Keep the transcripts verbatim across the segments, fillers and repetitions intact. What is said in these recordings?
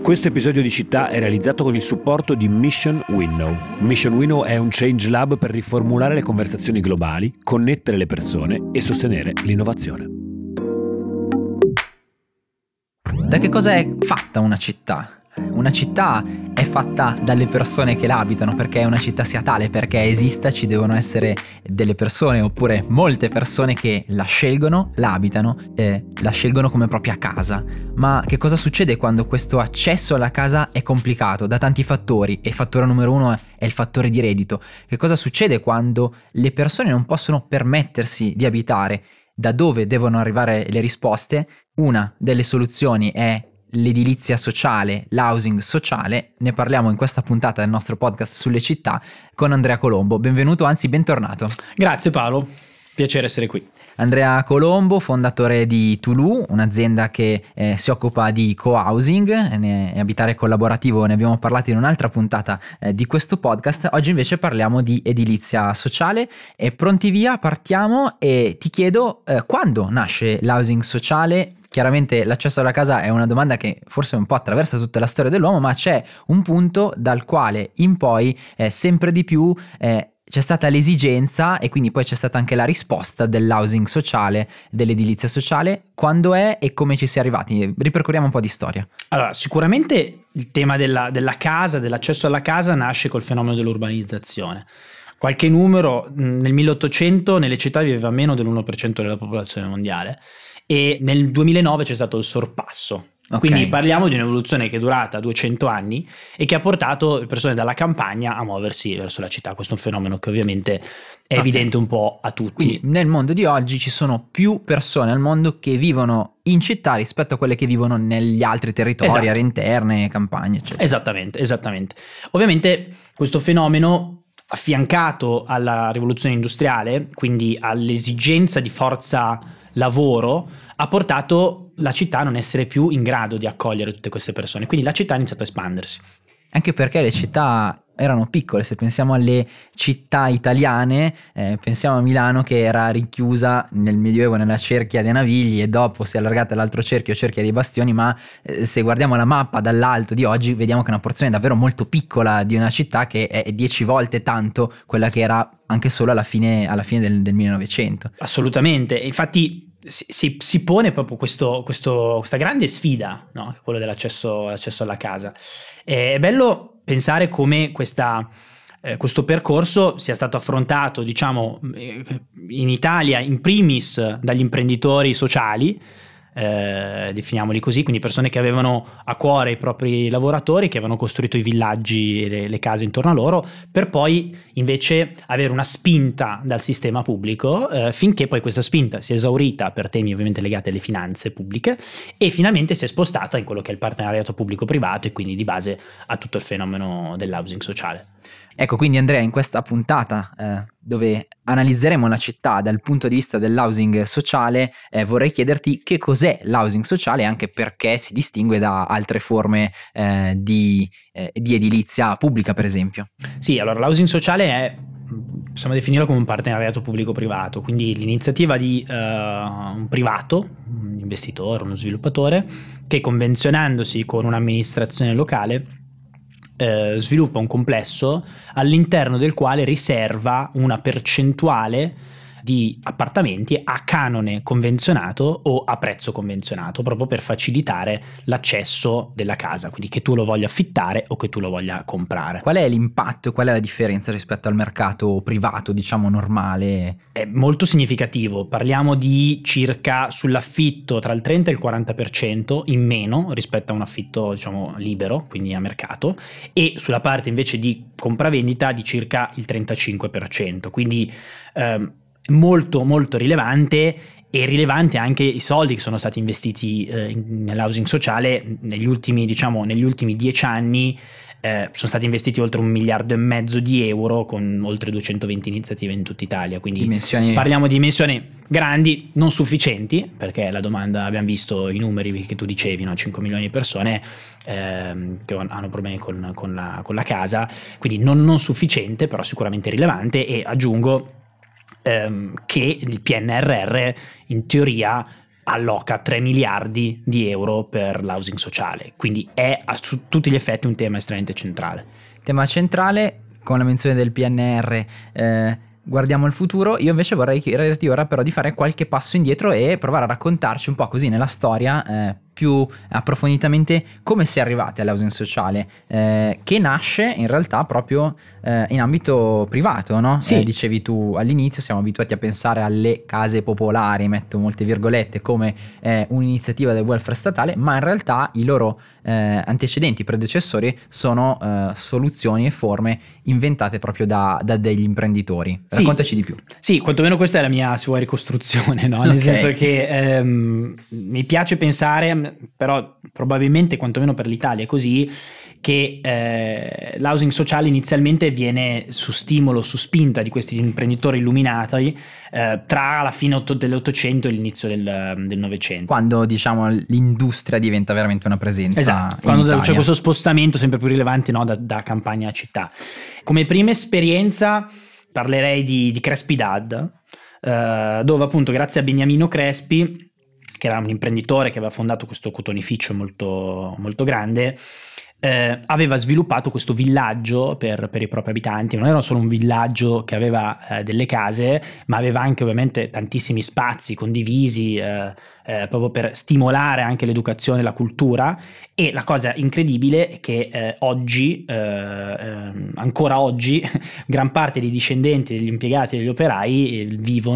Questo episodio di Città è realizzato con il supporto di Mission Winnow. Mission Winnow è un change lab per riformulare le conversazioni globali, connettere le persone e sostenere l'innovazione. Da che cosa è fatta una città? Una città è fatta dalle persone che la abitano. Perché una città sia tale, perché esista, ci devono essere delle persone, oppure molte persone che la scelgono, la abitano, eh, la scelgono come propria casa. Ma che cosa succede quando questo accesso alla casa è complicato da tanti fattori? E il fattore numero uno è il fattore di reddito. Che cosa succede quando le persone non possono permettersi di abitare? Da dove devono arrivare le risposte? Una delle soluzioni è l'edilizia sociale, l'housing sociale. Ne parliamo in questa puntata del nostro podcast sulle città con Andrea Colombo. Benvenuto, anzi bentornato. Grazie Paolo, piacere essere qui. Andrea Colombo, fondatore di Tulu, un'azienda che eh, si occupa di co-housing e abitare collaborativo. Ne abbiamo parlato in un'altra puntata eh, di questo podcast. Oggi invece parliamo di edilizia sociale. E pronti via, partiamo e ti chiedo eh, quando nasce l'housing sociale. Chiaramente l'accesso alla casa è una domanda che forse un po' attraversa tutta la storia dell'uomo, ma c'è un punto dal quale in poi eh, sempre di più eh, c'è stata l'esigenza, e quindi poi c'è stata anche la risposta dell'housing sociale, dell'edilizia sociale. Quando è e come ci si è arrivati? Ripercorriamo un po' di storia. Allora, sicuramente il tema della, della casa, dell'accesso alla casa nasce col fenomeno dell'urbanizzazione. Qualche numero: nel milleottocento nelle città viveva meno dell'uno per cento della popolazione mondiale e nel duemilanove c'è stato il sorpasso. Okay. Quindi parliamo di un'evoluzione che è durata duecento anni e che ha portato le persone dalla campagna a muoversi verso la città. Questo è un fenomeno che ovviamente è okay. evidente un po' a tutti. Quindi nel mondo di oggi ci sono più persone al mondo che vivono in città rispetto a quelle che vivono negli altri territori, esatto. aree interne, campagne, eccetera. Esattamente, esattamente. Ovviamente questo fenomeno, affiancato alla rivoluzione industriale, quindi all'esigenza di forza lavoro, ha portato la città a non essere più in grado di accogliere tutte queste persone, quindi la città ha iniziato a espandersi. Anche perché le città erano piccole. Se pensiamo alle città italiane, eh, pensiamo a Milano, che era rinchiusa nel Medioevo nella cerchia dei Navigli e dopo si è allargata all'altro cerchio, cerchia dei Bastioni, ma eh, se guardiamo la mappa dall'alto di oggi vediamo che è una porzione davvero molto piccola di una città, che è dieci volte tanto quella che era anche solo alla fine, alla fine del, del millenovecento. Assolutamente, infatti si, si, si pone proprio questo, questo, questa grande sfida, no? Quello dell'accesso l'accesso alla casa. È bello pensare come questa, eh, questo percorso sia stato affrontato, diciamo, in Italia in primis dagli imprenditori sociali, eh, definiamoli così, quindi persone che avevano a cuore i propri lavoratori, che avevano costruito i villaggi e le, le case intorno a loro, per poi invece avere una spinta dal sistema pubblico, eh, finché poi questa spinta si è esaurita per temi ovviamente legati alle finanze pubbliche e finalmente si è spostata in quello che è il partenariato pubblico-privato e quindi di base a tutto il fenomeno dell'housing sociale. Ecco, quindi Andrea, in questa puntata eh, dove analizzeremo la città dal punto di vista dell'housing sociale, eh, vorrei chiederti che cos'è l'housing sociale e anche perché si distingue da altre forme eh, di, eh, di edilizia pubblica, per esempio. Sì, allora l'housing sociale è, possiamo definirlo come un partenariato pubblico-privato, quindi l'iniziativa di uh, un privato, un investitore, uno sviluppatore, che convenzionandosi con un'amministrazione locale Eh, sviluppa un complesso all'interno del quale riserva una percentuale di appartamenti a canone convenzionato o a prezzo convenzionato, proprio per facilitare l'accesso della casa, quindi che tu lo voglia affittare o che tu lo voglia comprare. Qual è l'impatto e qual è la differenza rispetto al mercato privato, diciamo normale? È molto significativo, parliamo di circa sull'affitto tra il trenta e il quaranta per cento in meno rispetto a un affitto, diciamo, libero, quindi a mercato, e sulla parte invece di compravendita di circa il trentacinque per cento, quindi ehm, molto molto rilevante. E rilevante anche i soldi che sono stati investiti eh, nell'housing sociale negli ultimi, diciamo, negli ultimi dieci anni. Eh, sono stati investiti oltre un miliardo e mezzo di euro con oltre duecentoventi iniziative in tutta Italia, quindi dimensioni... parliamo di dimensioni grandi, non sufficienti, perché la domanda, abbiamo visto i numeri che tu dicevi, no? cinque milioni di persone ehm, che hanno problemi con, con, la, con la casa, quindi non, non sufficiente, però sicuramente rilevante. E aggiungo ehm, che il P N R R in teoria alloca tre miliardi di euro per l'housing sociale, quindi è a su tutti gli effetti un tema estremamente centrale. Tema centrale, con la menzione del P N R, eh, guardiamo il futuro. Io invece vorrei chiederti ora però di fare qualche passo indietro e provare a raccontarci un po' così nella storia eh, più approfonditamente come si è arrivati all'housing sociale, eh, che nasce in realtà proprio eh, in ambito privato, no? Sì. Eh, dicevi tu all'inizio, siamo abituati a pensare alle case popolari, metto molte virgolette, come eh, un'iniziativa del welfare statale, ma in realtà i loro eh, antecedenti, predecessori sono eh, soluzioni e forme inventate proprio da, da degli imprenditori. Sì. Raccontaci di più. Sì, quantomeno questa è la mia, se vuoi, ricostruzione, no? Nel Okay. senso che ehm, mi piace pensare, però probabilmente quantomeno per l'Italia è così, che eh, l'housing sociale inizialmente viene su stimolo, su spinta di questi imprenditori illuminati eh, tra la fine otto- dell'Ottocento e l'inizio del, del Novecento. Quando diciamo l'industria diventa veramente una presenza Esatto, in quando Italia. c'è questo spostamento sempre più rilevante, no, da, da campagna a città. Come prima esperienza parlerei di, di Crespi Dad, eh, dove appunto grazie a Beniamino Crespi, che era un imprenditore che aveva fondato questo cotonificio molto, molto grande, eh, aveva sviluppato questo villaggio per, per i propri abitanti. Non era solo un villaggio che aveva eh, delle case, ma aveva anche ovviamente tantissimi spazi condivisi eh, eh, proprio per stimolare anche l'educazione e la cultura. E la cosa incredibile è che eh, oggi, eh, eh, ancora oggi, gran parte dei discendenti degli impiegati e degli operai eh,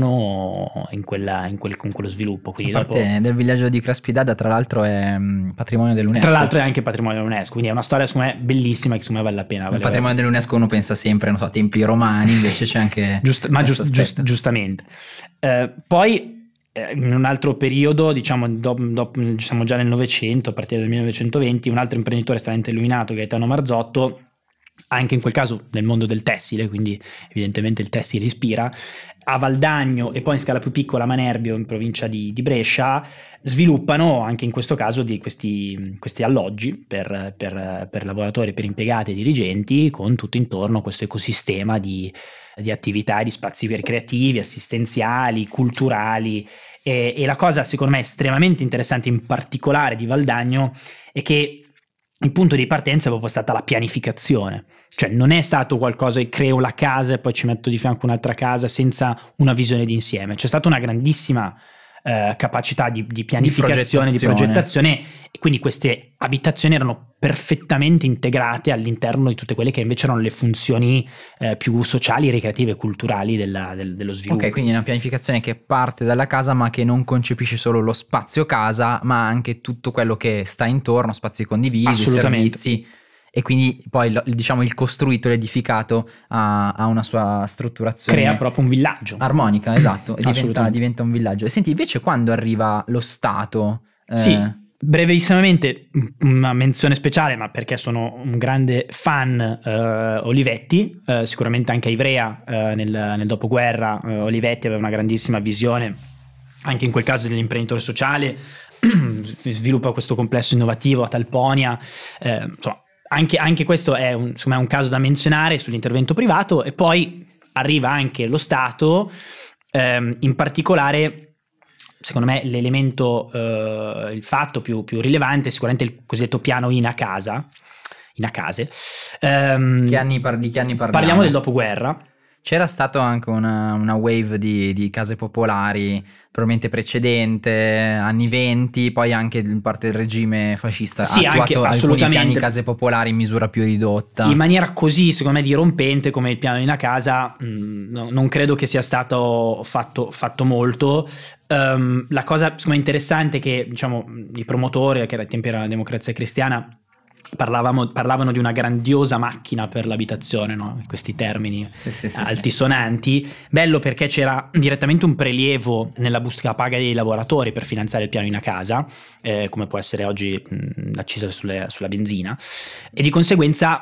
vivono in, quella, in, quel, con quello sviluppo. Quindi La parte dopo, del villaggio di Crespi Dad, tra l'altro, è mh, patrimonio dell'UNESCO. tra l'altro è anche patrimonio dell'UNESCO, quindi è una storia secondo me bellissima che secondo me vale la pena. Il vale patrimonio dell'UNESCO uno pensa sempre, non so, templi romani, invece c'è anche Giust- ma questo giust- giust- aspetto. giustamente. Eh, poi eh, in un altro periodo, diciamo, do- do- siamo già nel Novecento, a partire dal millenovecentoventi, un altro imprenditore estremamente illuminato, Gaetano Marzotto, anche in quel caso nel mondo del tessile, quindi evidentemente il tessile ispira, a Valdagno e poi in scala più piccola a Manerbio, in provincia di, di Brescia, sviluppano anche in questo caso di questi, questi alloggi per, per, per lavoratori, per impiegati e dirigenti, con tutto intorno questo ecosistema di, di attività e di spazi ricreativi, assistenziali, culturali. E, e la cosa secondo me estremamente interessante in particolare di Valdagno è che il punto di partenza è proprio stata la pianificazione, cioè non è stato qualcosa che creo la casa e poi ci metto di fianco un'altra casa senza una visione d'insieme. C'è stata una grandissima eh, capacità di, di pianificazione, di progettazione. di progettazione e quindi queste abitazioni erano perfettamente integrate all'interno di tutte quelle che invece erano le funzioni eh, più sociali, ricreative e culturali della, del, dello sviluppo. Ok, quindi è una pianificazione che parte dalla casa ma che non concepisce solo lo spazio casa, ma anche tutto quello che sta intorno, spazi condivisi, Assolutamente. servizi, e quindi poi lo- diciamo il costruito, l'edificato ha, ha una sua strutturazione Crea proprio un villaggio. armonica, esatto, e diventa, Assolutamente. diventa un villaggio. E senti, invece quando arriva lo Stato... eh, Sì. Brevissimamente una menzione speciale, ma perché sono un grande fan, eh, Olivetti, eh, sicuramente anche a Ivrea eh, nel, nel dopoguerra eh, Olivetti aveva una grandissima visione, anche in quel caso dell'imprenditore sociale, sviluppa questo complesso innovativo a Talponia, eh, insomma anche, anche questo è un, insomma, è un caso da menzionare sull'intervento privato. E poi arriva anche lo Stato, ehm, in particolare secondo me l'elemento, eh, il fatto più, più rilevante è sicuramente il cosiddetto piano in a casa, in a case. Ehm, che anni par- di che anni parliamo? parliamo del dopoguerra. C'era stato anche una, una wave di, di case popolari, probabilmente precedente, anni venti, poi anche in parte del regime fascista Sì, ha anche attuato alcuni assolutamente. piani case popolari in misura più ridotta. In maniera così, secondo me, dirompente come il piano in a casa, mh, no- non credo che sia stato fatto, fatto molto. Ehm, la cosa secondo me interessante è che, diciamo, i promotori, che ai tempi era la Democrazia Cristiana, parlavamo, parlavano di una grandiosa macchina per l'abitazione, no? Questi termini Sì, sì, sì, altisonanti. Bello perché c'era direttamente un prelievo nella busta paga dei lavoratori per finanziare il piano in a casa, eh, come può essere oggi mh, l'accisa sulle- sulla benzina, e di conseguenza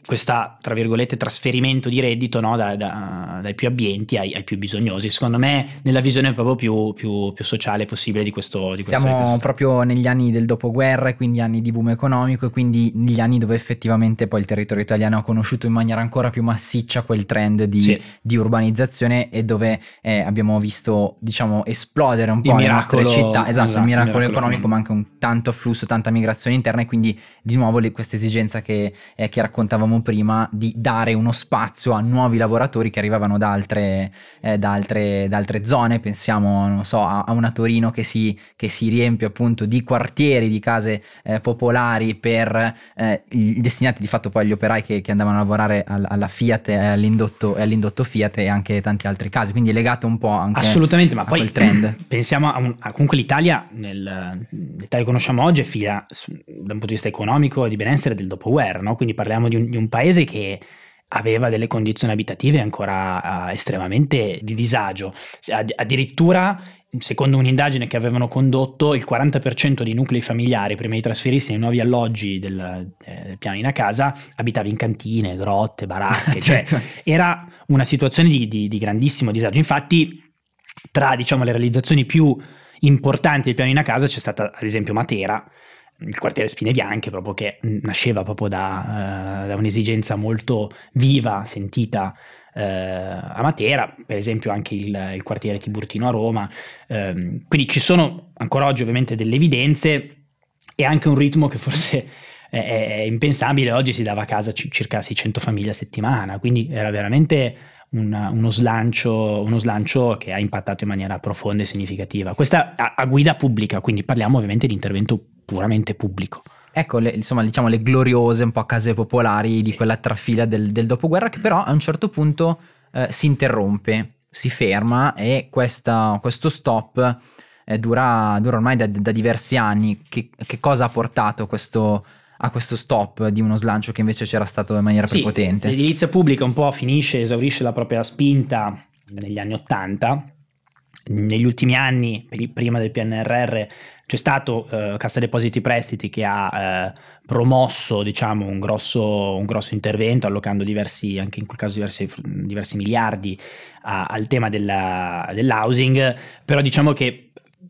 questa, tra virgolette, trasferimento di reddito, no, da, da, dai più abbienti ai, ai più bisognosi, secondo me nella visione proprio più, più, più sociale possibile di questo di questo, Siamo di questo proprio negli anni del dopoguerra, quindi anni di boom economico, e quindi negli anni dove effettivamente poi il territorio italiano ha conosciuto in maniera ancora più massiccia quel trend di, sì. di urbanizzazione, e dove eh, abbiamo visto, diciamo, esplodere un Il po' le miracolo, nostre città, esatto, esatto, il miracolo, il miracolo economico, ma anche un tanto afflusso, tanta migrazione interna, e quindi di nuovo le, questa esigenza che, eh, che raccontavamo prima di dare uno spazio a nuovi lavoratori che arrivavano da altre, eh, da altre, da altre zone. Pensiamo, non so, a, a una Torino che si, che si riempie appunto di quartieri, di case eh, popolari per eh, i, destinati di fatto poi agli operai che, che andavano a lavorare al, alla Fiat e all'indotto, e all'indotto Fiat, e anche tanti altri casi, quindi è legato un po' anche assolutamente, ma a poi quel trend. Pensiamo a, un, a comunque l'Italia, nel, l'Italia che conosciamo oggi è figlia da un punto di vista economico e di benessere del dopoguerra, no? Quindi parliamo di un, di un paese che aveva delle condizioni abitative ancora uh, estremamente di disagio. Ad, addirittura, secondo un'indagine che avevano condotto, il quaranta per cento dei nuclei familiari prima di trasferirsi nei nuovi alloggi del, eh, piano in a casa abitava in cantine, grotte, baracche, cioè era una situazione di, di, di grandissimo disagio. Infatti, tra, diciamo, le realizzazioni più importanti del piano in a casa c'è stata ad esempio Matera, il quartiere Spine Bianche, proprio che nasceva proprio da, uh, da un'esigenza molto viva, sentita uh, a Matera, per esempio anche il, il quartiere Tiburtino a Roma. Um, quindi ci sono ancora oggi ovviamente delle evidenze e anche un ritmo che forse è, è impensabile. Oggi si dava a casa c- circa seicento famiglie a settimana, quindi era veramente un, uno slancio, uno slancio che ha impattato in maniera profonda e significativa. Questa a, a guida pubblica, quindi parliamo ovviamente di intervento puramente pubblico. Ecco, le, insomma, diciamo le gloriose un po' case popolari di quella trafila del, del dopoguerra, che però a un certo punto eh, si interrompe, si ferma, e questa, questo stop eh, dura, dura ormai da, da diversi anni. Che, che cosa ha portato questo, a questo stop di uno slancio che invece c'era stato in maniera sì, prepotente? L'edilizia pubblica un po' finisce, esaurisce la propria spinta negli anni Ottanta. Negli ultimi anni, prima del P N R R, c'è stato eh, Cassa Depositi Prestiti che ha eh, promosso, diciamo, un grosso, un grosso intervento, allocando diversi, anche in quel caso diversi, diversi miliardi a, al tema della, dell'housing, però diciamo che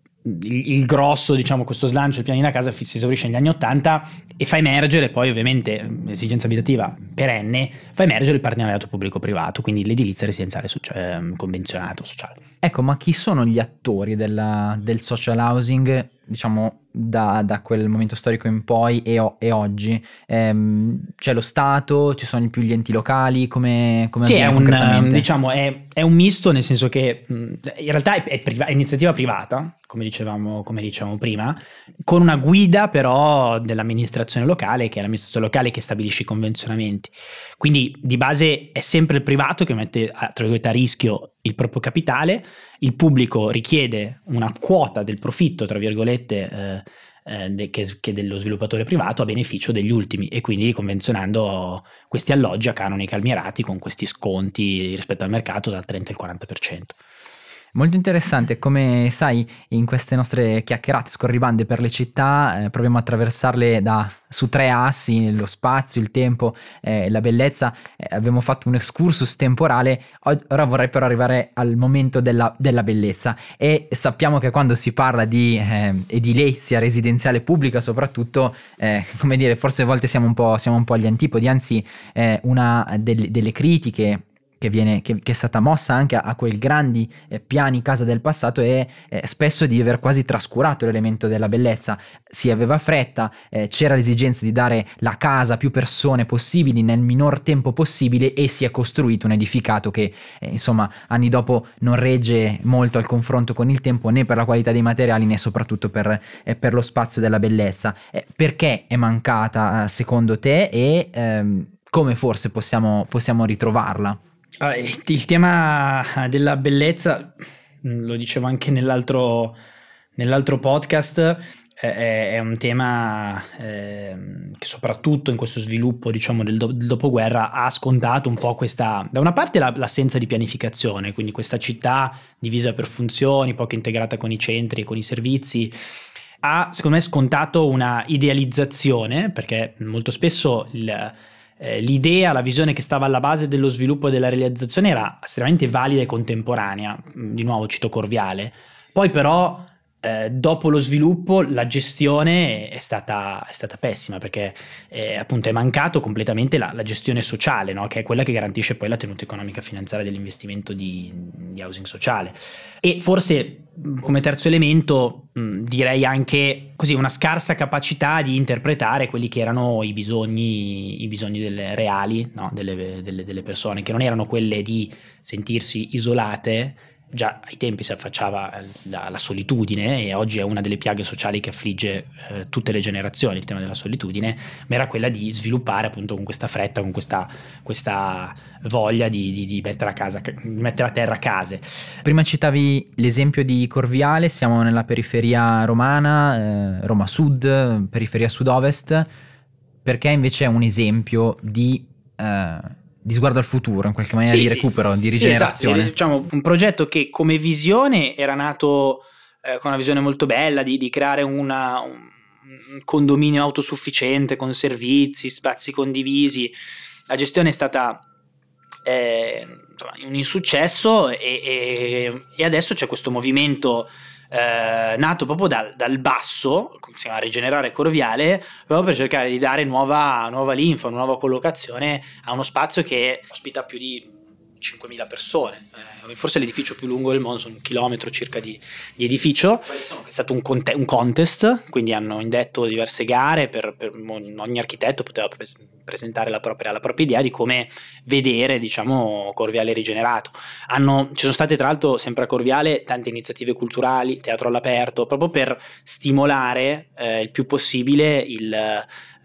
il, il grosso, diciamo, questo slancio, il piano in a casa si esaurisce negli anni Ottanta e fa emergere poi, ovviamente, l'esigenza abitativa perenne, fa emergere il partenariato pubblico-privato, quindi l'edilizia residenziale socia- convenzionato sociale. Ecco, ma chi sono gli attori della, del social housing, diciamo, da, da quel momento storico in poi e, o, e oggi? Ehm, c'è lo Stato, ci sono più gli enti locali, come, come sì, è un, concretamente? diciamo, è, è un misto, nel senso che mh, in realtà è, è, priva- è iniziativa privata, come dicevamo, come dicevamo prima, con una guida però dell'amministrazione locale, che è l'amministrazione locale che stabilisce i convenzionamenti. Quindi di base è sempre il privato che mette a, tra virgolette, a rischio il proprio capitale, il pubblico richiede una quota del profitto, tra virgolette, eh, eh, de, che, che dello sviluppatore privato a beneficio degli ultimi, e quindi convenzionando questi alloggi a canoni calmierati con questi sconti rispetto al mercato dal trenta al quaranta per cento. Molto interessante. Come sai, in queste nostre chiacchierate scorribande per le città eh, proviamo a attraversarle da, su tre assi: lo spazio, il tempo e eh, la bellezza. Eh, abbiamo fatto un excursus temporale, ora vorrei però arrivare al momento della, della bellezza, e sappiamo che quando si parla di eh, edilizia residenziale pubblica soprattutto, eh, come dire, forse a volte siamo un po', siamo un po' agli antipodi, anzi eh, una delle, delle critiche che viene che, che è stata mossa anche a, a quei grandi eh, piani casa del passato è eh, spesso di aver quasi trascurato l'elemento della bellezza. Si aveva fretta, eh, c'era l'esigenza di dare la casa a più persone possibili nel minor tempo possibile, e si è costruito un edificato che eh, insomma anni dopo non regge molto al confronto con il tempo, né per la qualità dei materiali né soprattutto per, eh, per lo spazio della bellezza. Eh, perché è mancata eh, secondo te, e ehm, come forse possiamo, possiamo ritrovarla? Il tema della bellezza, lo dicevo anche nell'altro, nell'altro podcast, è, è un tema eh, che soprattutto in questo sviluppo, diciamo, del, do, del dopoguerra ha scontato un po' questa, da una parte la, l'assenza di pianificazione, quindi questa città divisa per funzioni, poco integrata con i centri e con i servizi, ha secondo me scontato una idealizzazione, perché molto spesso il eh, l'idea, la visione che stava alla base dello sviluppo e della realizzazione era estremamente valida e contemporanea. Di nuovo cito Corviale. Poi però Eh, dopo lo sviluppo la gestione è stata, è stata pessima, perché eh, appunto è mancato completamente la, la gestione sociale, no? Che è quella che garantisce poi la tenuta economica finanziaria dell'investimento di, di housing sociale. E forse come terzo elemento mh, direi anche così una scarsa capacità di interpretare quelli che erano i bisogni, i bisogni delle, reali, no? delle, delle, delle persone, che non erano quelle di sentirsi isolate. Già ai tempi si affacciava la, la solitudine, e oggi è una delle piaghe sociali che affligge eh, tutte le generazioni, il tema della solitudine, ma era quella di sviluppare appunto con questa fretta, con questa, questa voglia di, di, di mettere a casa, di mettere a terra case. Prima citavi l'esempio di Corviale, siamo nella periferia romana, eh, Roma Sud, periferia sud-ovest, perché invece è un esempio di... Eh, di sguardo al futuro, in qualche maniera, sì, di recupero, di rigenerazione. Sì, esatto. Diciamo un progetto che come visione era nato eh, con una visione molto bella di, di creare una, un condominio autosufficiente con servizi, spazi condivisi. La gestione è stata eh, un insuccesso, e, e, e adesso c'è questo movimento Eh, nato proprio dal, dal basso, come si chiama, Rigenerare Corviale, proprio per cercare di dare nuova, nuova linfa, nuova collocazione a uno spazio che ospita più di cinquemila persone, eh, forse l'edificio più lungo del mondo, sono un chilometro circa di, di edificio. È stato un, conte- un contest, quindi hanno indetto diverse gare per, per ogni architetto poteva pre- presentare la propria, la propria idea di come vedere, diciamo, Corviale rigenerato. Hanno, ci sono state tra l'altro sempre a Corviale tante iniziative culturali, teatro all'aperto, proprio per stimolare eh, il più possibile il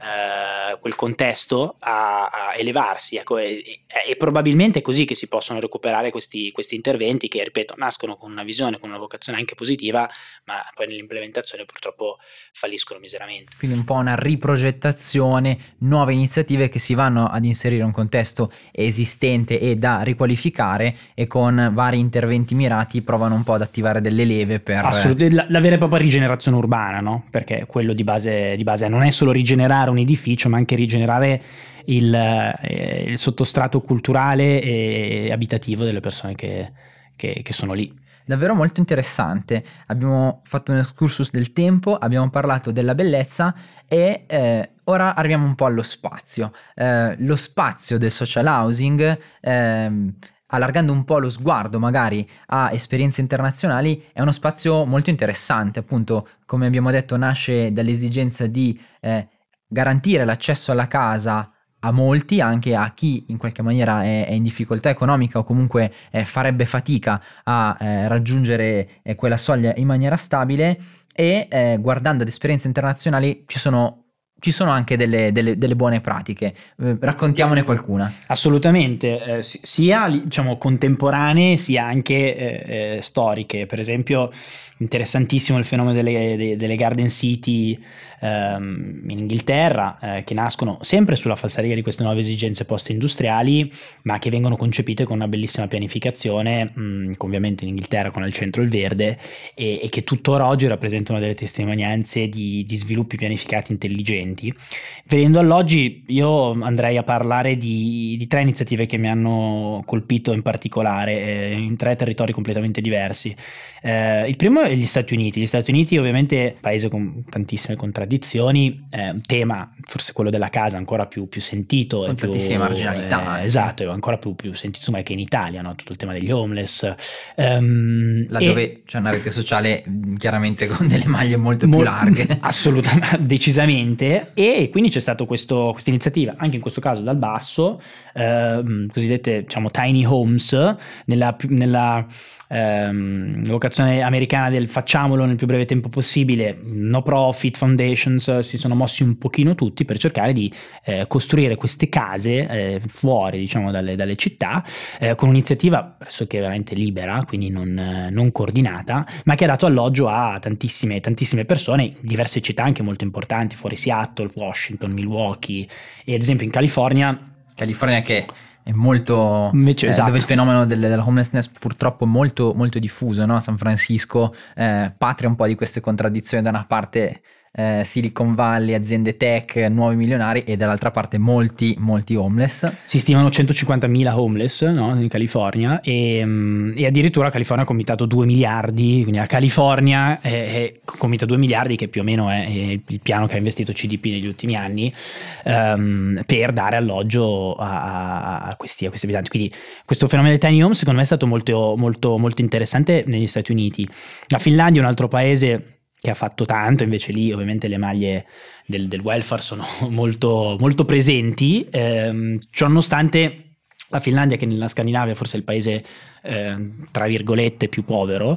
Uh, quel contesto a, a elevarsi, ecco, e, e probabilmente è così che si possono recuperare questi, questi interventi che, ripeto, nascono con una visione, con una vocazione anche positiva, ma poi nell'implementazione purtroppo falliscono miseramente. Quindi un po' una riprogettazione, nuove iniziative che si vanno ad inserire in un contesto esistente e da riqualificare, e con vari interventi mirati provano un po' ad attivare delle leve per... Assolutamente, la, la vera e propria rigenerazione urbana, no? Perché quello di base, di base non è solo rigenerare un edificio, ma anche rigenerare il, eh, il sottostrato culturale e abitativo delle persone che, che, che sono lì. Davvero molto interessante. Abbiamo fatto un excursus del tempo, abbiamo parlato della bellezza, e eh, ora arriviamo un po' allo spazio. Eh, lo spazio del social housing, ehm, allargando un po' lo sguardo magari a esperienze internazionali, è uno spazio molto interessante. Appunto, come abbiamo detto, nasce dall'esigenza di eh, garantire l'accesso alla casa a molti, anche a chi in qualche maniera è, è in difficoltà economica o comunque eh, farebbe fatica a eh, raggiungere eh, quella soglia in maniera stabile. E eh, guardando ad esperienze internazionali ci sono Ci sono anche delle, delle, delle buone pratiche, eh, raccontiamone qualcuna. Assolutamente, eh, sia diciamo contemporanee sia anche eh, eh, storiche. Per esempio, interessantissimo il fenomeno delle, delle garden city ehm, in Inghilterra, eh, che nascono sempre sulla falsariga di queste nuove esigenze post-industriali, ma che vengono concepite con una bellissima pianificazione, mh, ovviamente in Inghilterra con al centro il verde, e, e che tuttora oggi rappresentano delle testimonianze di, di sviluppi pianificati intelligenti. Venendo all'oggi, io andrei a parlare di, di tre iniziative che mi hanno colpito in particolare, eh, in tre territori completamente diversi. Eh, il primo è gli Stati Uniti. Gli Stati Uniti, ovviamente, paese con tantissime contraddizioni, eh, un tema, forse quello della casa, ancora più, più sentito. Con più, tantissime marginalità. Eh, esatto, ancora più, più sentito, insomma, che in Italia, no? Tutto il tema degli homeless. Um, Laddove e... c'è una rete sociale chiaramente con delle maglie molto più larghe. Assolutamente, decisamente. E quindi c'è stato questo, questa iniziativa, anche in questo caso dal basso, eh, cosiddette, diciamo, tiny homes, nella, nella ehm, vocazione americana del facciamolo nel più breve tempo possibile. No profit foundations si sono mossi un pochino tutti per cercare di eh, costruire queste case eh, fuori, diciamo, dalle, dalle città, eh, con un'iniziativa pressoché veramente libera, quindi non, non coordinata, ma che ha dato alloggio a tantissime, tantissime persone in diverse città anche molto importanti, fuori Seattle, Washington, Milwaukee, e ad esempio in California. California che è molto Invece, eh, esatto. dove il fenomeno del, della homelessness purtroppo è molto, molto diffuso, no? San Francisco, eh, patria un po' di queste contraddizioni. Da una parte eh, Silicon Valley, aziende tech, nuovi milionari, e dall'altra parte molti molti homeless. Si stimano centocinquantamila homeless, no, in California, e, e addirittura la California ha commitato due miliardi, quindi la California è, è commita due miliardi, che più o meno è, è il piano che ha investito C D P negli ultimi anni, um, per dare alloggio a, a, questi, a questi abitanti. Quindi questo fenomeno dei tiny home secondo me è stato molto, molto, molto interessante negli Stati Uniti. La Finlandia è un altro paese che ha fatto tanto, invece lì ovviamente le maglie del, del welfare sono molto, molto presenti, ehm, ciononostante la Finlandia, che nella Scandinavia forse è il paese eh, tra virgolette più povero,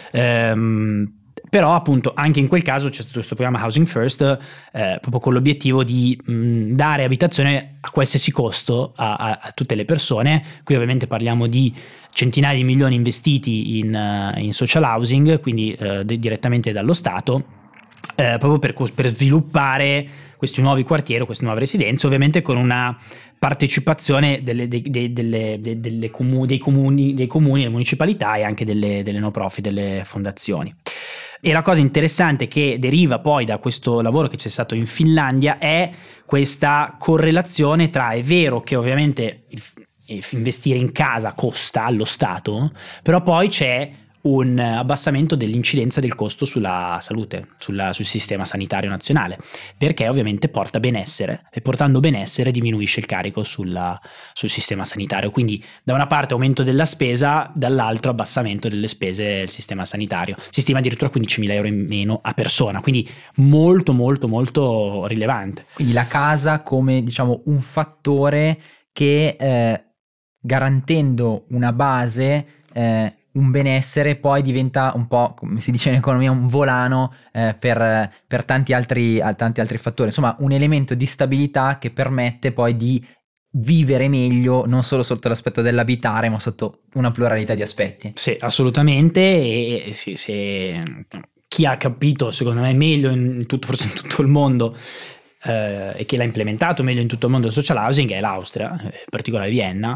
ehm, però appunto anche in quel caso c'è stato questo programma Housing First, eh, proprio con l'obiettivo di mh, dare abitazione a qualsiasi costo a, a, a tutte le persone. Qui ovviamente parliamo di centinaia di milioni investiti in, uh, in social housing, quindi uh, de- direttamente dallo Stato, eh, proprio per, per sviluppare questi nuovi quartieri, queste nuove residenze, ovviamente con una partecipazione delle, de, de, delle, de, delle comu- dei comuni, dei comuni, delle municipalità e anche delle, delle no profit, delle fondazioni. E la cosa interessante che deriva poi da questo lavoro che c'è stato in Finlandia è questa correlazione tra, è vero che ovviamente il, investire in casa costa allo Stato, però poi c'è un abbassamento dell'incidenza del costo sulla salute, sulla, sul sistema sanitario nazionale, perché ovviamente porta benessere, e portando benessere diminuisce il carico sulla, sul sistema sanitario. Quindi da una parte aumento della spesa, dall'altro abbassamento delle spese del sistema sanitario. Si stima addirittura quindicimila euro in meno a persona, quindi molto molto molto rilevante. Quindi la casa come, diciamo, un fattore che eh, garantendo una base, eh, un benessere, poi diventa un po', come si dice in economia, un volano eh, per, per tanti altri, tanti altri fattori. Insomma, un elemento di stabilità che permette poi di vivere meglio, non solo sotto l'aspetto dell'abitare, ma sotto una pluralità di aspetti. Sì, assolutamente. E, e sì, sì, chi ha capito, secondo me, meglio in tutto, forse in tutto il mondo, eh, e che l'ha implementato meglio in tutto il mondo il social housing è l'Austria, in particolare Vienna,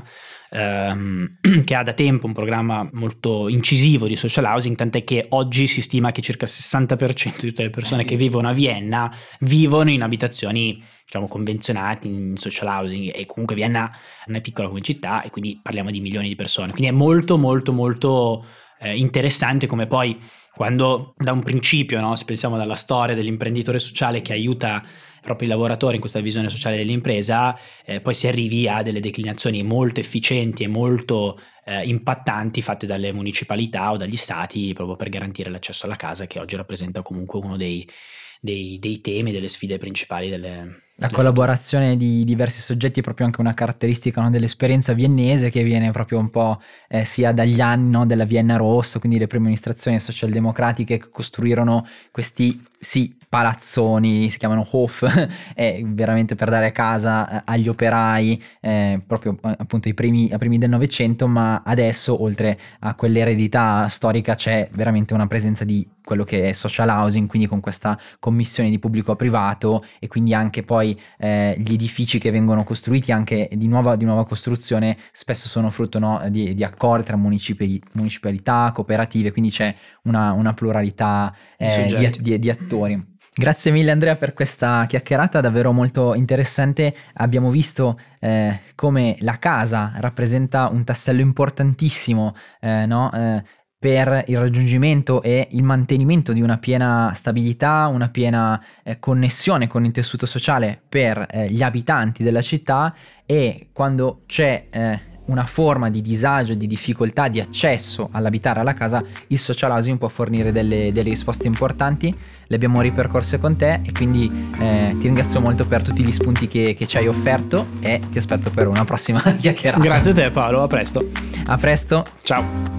ehm, che ha da tempo un programma molto incisivo di social housing, tant'è che oggi si stima che circa il sessanta per cento di tutte le persone che vivono a Vienna vivono in abitazioni, diciamo, convenzionati in social housing, e comunque Vienna non è piccola come città, e quindi parliamo di milioni di persone, quindi è molto molto molto eh, interessante come poi, quando da un principio, no, se pensiamo dalla storia dell'imprenditore sociale che aiuta proprio i lavoratori in questa visione sociale dell'impresa, eh, poi si arrivi a delle declinazioni molto efficienti e molto eh, impattanti fatte dalle municipalità o dagli stati, proprio per garantire l'accesso alla casa, che oggi rappresenta comunque uno dei, dei, dei temi, delle sfide principali delle... La collaborazione di diversi soggetti è proprio anche una caratteristica, no, dell'esperienza viennese, che viene proprio un po' eh, sia dagli anni, no, della Vienna Rosso, quindi le prime amministrazioni socialdemocratiche che costruirono questi sì palazzoni, si chiamano Hof, eh, veramente per dare casa eh, agli operai, eh, proprio eh, appunto i primi, ai primi del Novecento, ma adesso oltre a quell'eredità storica c'è veramente una presenza di quello che è social housing, quindi con questa commissione di pubblico a privato, e quindi anche poi eh, gli edifici che vengono costruiti anche di nuova, di nuova costruzione spesso sono frutto, no, di, di accordi tra municipi, municipalità, cooperative, quindi c'è una, una pluralità eh, di, di, di attori. Grazie mille Andrea per questa chiacchierata davvero molto interessante. Abbiamo visto eh, come la casa rappresenta un tassello importantissimo, eh, no? eh, per il raggiungimento e il mantenimento di una piena stabilità, una piena eh, connessione con il tessuto sociale per eh, gli abitanti della città, e quando c'è eh, una forma di disagio, di difficoltà di accesso all'abitare alla casa, il social housing può fornire delle, delle risposte importanti. Le abbiamo ripercorse con te, e quindi eh, ti ringrazio molto per tutti gli spunti che, che ci hai offerto, e ti aspetto per una prossima chiacchierata. Grazie a te Paolo, a presto. A presto. Ciao.